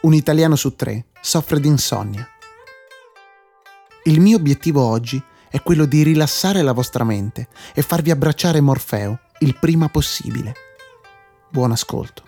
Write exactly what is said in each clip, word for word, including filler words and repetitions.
Un italiano su tre soffre di insonnia. Il mio obiettivo oggi è quello di rilassare la vostra mente e farvi abbracciare Morfeo il prima possibile. Buon ascolto.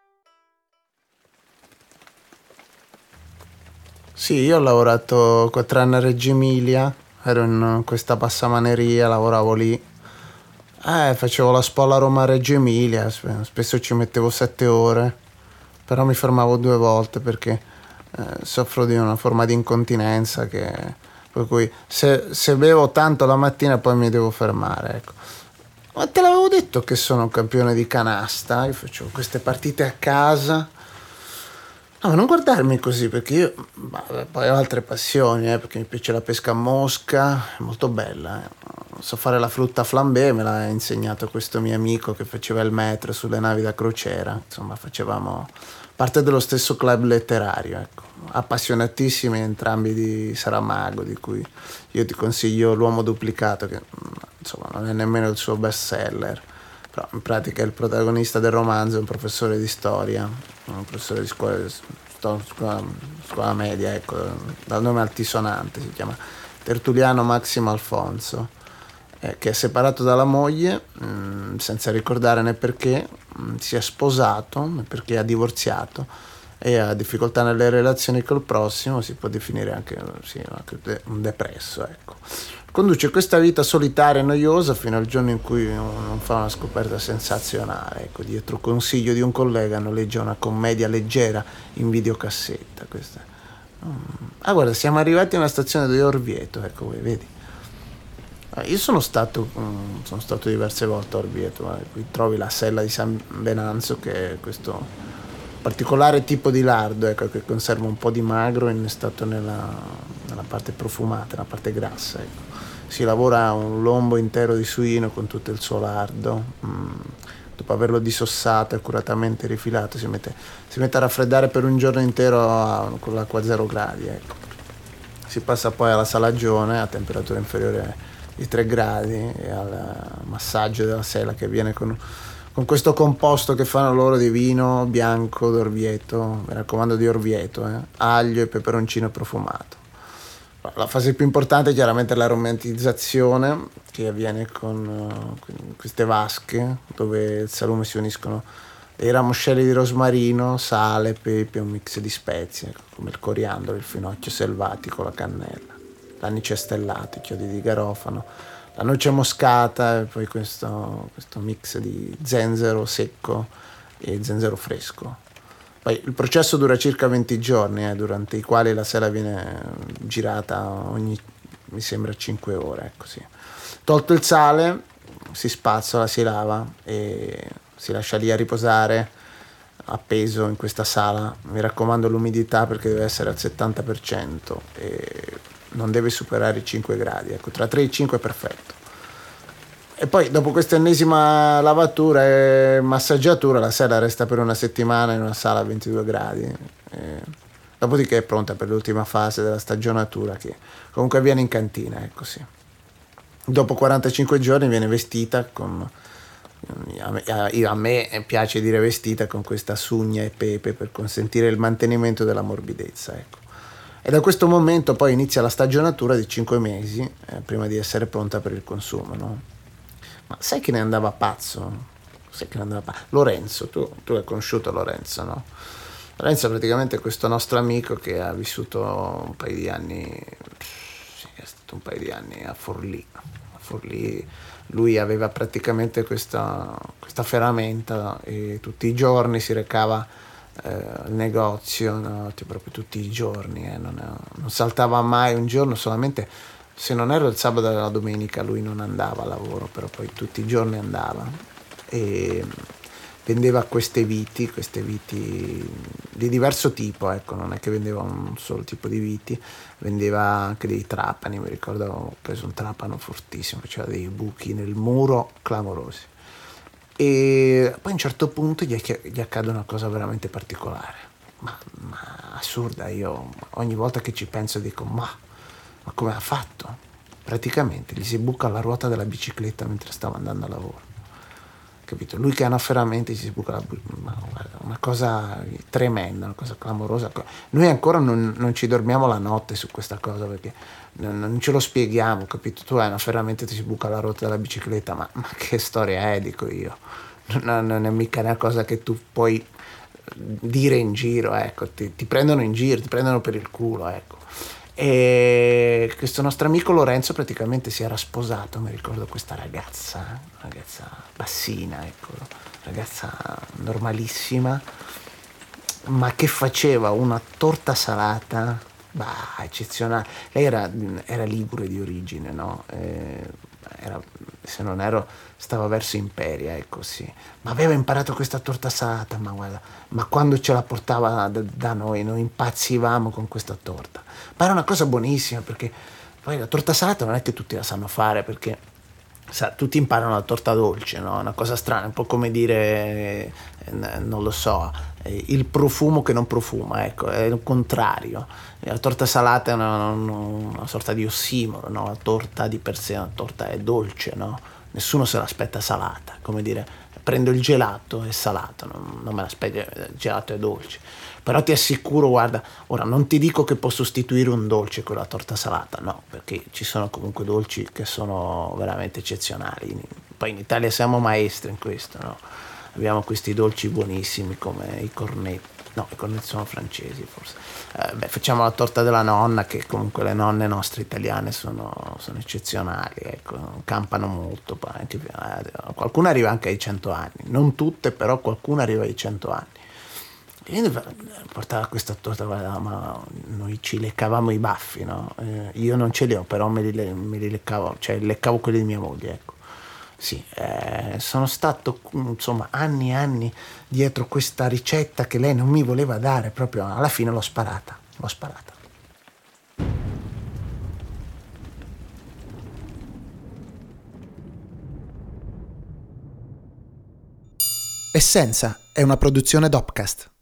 Sì, io ho lavorato quattro anni a Reggio Emilia, ero in questa passamaneria, lavoravo lì. Eh, facevo la spola Roma-Reggio Emilia, spesso ci mettevo sette ore, però mi fermavo due volte perché eh, soffro di una forma di incontinenza che, per cui se, se bevo tanto la mattina poi mi devo fermare, ecco. Ma te l'avevo detto che sono un campione di canasta, io facevo queste partite a casa. No, ma non guardarmi così, perché io bah, poi ho altre passioni, eh, perché mi piace la pesca a mosca, è molto bella. Eh. So fare la frutta flambé, me l'ha insegnato questo mio amico che faceva il metro sulle navi da crociera. Insomma, facevamo parte dello stesso club letterario, ecco. Appassionatissimi entrambi di Saramago, di cui io ti consiglio L'uomo duplicato, che insomma non è nemmeno il suo best seller. Però in pratica il protagonista del romanzo è un professore di storia, un professore di scuola, scuola, scuola media, ecco, dal nome altisonante, si chiama Tertuliano Massimo Alfonso, eh, che è separato dalla moglie, mh, senza ricordare né perché, mh, si è sposato, né perché ha divorziato e ha difficoltà nelle relazioni col prossimo, si può definire anche, sì, anche un depresso, ecco. Conduce questa vita solitaria e noiosa fino al giorno in cui non fa una scoperta sensazionale. Ecco, dietro consiglio di un collega noleggia una commedia leggera in videocassetta. Questa. Ah, guarda, siamo arrivati a una stazione di Orvieto, ecco, voi, vedi. Io sono stato, sono stato diverse volte a Orvieto, eh. Qui trovi la sella di San Venanzio, che è questo particolare tipo di lardo, ecco, che conserva un po' di magro innestato nella, nella parte profumata, nella parte grassa, ecco. Si lavora un lombo intero di suino con tutto il suo lardo, mm. Dopo averlo dissossato e accuratamente rifilato si mette, si mette a raffreddare per un giorno intero a, con l'acqua a zero gradi, ecco. Si passa poi alla salagione a temperatura inferiore di tre gradi e al massaggio della sela che viene con, con questo composto che fanno loro di vino bianco d'Orvieto, mi raccomando di Orvieto, eh, aglio e peperoncino profumato. La fase più importante è chiaramente l'aromatizzazione, che avviene con, uh, con queste vasche dove il salume si uniscono dei ramoscelli di rosmarino, sale, pepe, un mix di spezie come il coriandolo, il finocchio selvatico, la cannella, l'anice stellato, i chiodi di garofano, la noce moscata e poi questo, questo mix di zenzero secco e zenzero fresco. Poi il processo dura circa venti giorni, eh, durante i quali la sela viene girata ogni, mi sembra, cinque ore. Ecco, sì. Tolto il sale, si spazzola, si lava e si lascia lì a riposare appeso in questa sala. Mi raccomando l'umidità, perché deve essere al settanta per cento e non deve superare i cinque gradi. Ecco, tra tre e cinque è perfetto. E poi dopo questa ennesima lavatura e massaggiatura la sela resta per una settimana in una sala a ventidue gradi, e dopodiché è pronta per l'ultima fase della stagionatura, che comunque avviene in cantina, ecco, sì. Dopo quarantacinque giorni viene vestita con, a me, a me piace dire vestita con questa sugna e pepe per consentire il mantenimento della morbidezza, ecco. E da questo momento poi inizia la stagionatura di cinque mesi eh, prima di essere pronta per il consumo, no? Ma sai che ne andava pazzo? Sai che ne andava pazzo? Lorenzo, tu, tu hai conosciuto Lorenzo, no? Lorenzo è praticamente questo nostro amico che ha vissuto un paio di anni, sì, è stato un paio di anni a Forlì. A Forlì lui aveva praticamente questa, questa ferramenta e tutti i giorni si recava eh, al negozio, no? Cioè, proprio tutti i giorni, eh? non, non saltava mai un giorno, solamente se non ero il sabato e la domenica lui non andava a lavoro, però poi tutti i giorni andava e vendeva queste viti, queste viti di diverso tipo, ecco, non è che vendeva un solo tipo di viti, vendeva anche dei trapani. Mi ricordo ho preso un trapano fortissimo, faceva dei buchi nel muro clamorosi. E poi a un certo punto gli, gli accade una cosa veramente particolare, ma, ma assurda. Io ogni volta che ci penso dico ma Ma come ha fatto? Praticamente gli si buca la ruota della bicicletta mentre stava andando a lavoro. capito? Lui che ha una ferramenta si buca la bu- ma guarda, una cosa tremenda, una cosa clamorosa. Noi ancora non, non ci dormiamo la notte su questa cosa perché non, non ce lo spieghiamo, capito? Tu hai una ferramenta e ti si buca la ruota della bicicletta, ma, ma che storia è, dico io. Non, non è mica una cosa che tu puoi dire in giro, ecco, ti, ti prendono in giro, ti prendono per il culo, ecco. E questo nostro amico Lorenzo praticamente si era sposato, mi ricordo, questa ragazza, ragazza bassina, ecco, ragazza normalissima, ma che faceva una torta salata, bah, eccezionale. Lei era, era ligure di origine, no? Eh, era, se non ero, stava verso Imperia, ecco, sì. Ma aveva imparato questa torta salata, ma guarda, ma quando ce la portava da, da noi, noi impazzivamo con questa torta. Ma era una cosa buonissima, perché poi la torta salata non è che tutti la sanno fare, perché sa, tutti imparano la torta dolce, no? Una cosa strana, un po' come dire, eh, non lo so, eh, il profumo che non profuma, ecco, è il contrario. La torta salata è una, una, una sorta di ossimoro, no? La torta di per sé, la torta è dolce, no? Nessuno se l'aspetta salata, come dire, prendo il gelato, è salato, non, non me l'aspetto, il gelato è dolce. Però ti assicuro, guarda, ora non ti dico che può sostituire un dolce con la torta salata, no, perché ci sono comunque dolci che sono veramente eccezionali. Poi in Italia siamo maestri in questo, no? Abbiamo questi dolci buonissimi come i cornetti. No, i cornetti sono francesi forse. Eh, beh, facciamo la torta della nonna, che comunque le nonne nostre italiane sono, sono eccezionali, ecco, campano molto. Eh, qualcuna arriva anche ai cento anni, non tutte, però qualcuna arriva ai cento anni. E portava questa torta, ma noi ci leccavamo i baffi, no? Eh, io non ce li ho, però me li, me li leccavo, cioè leccavo quelli di mia moglie, ecco. Sì, eh, sono stato insomma anni e anni dietro questa ricetta che lei non mi voleva dare, proprio alla fine l'ho sparata, l'ho sparata. Essenza è una produzione Dopcast.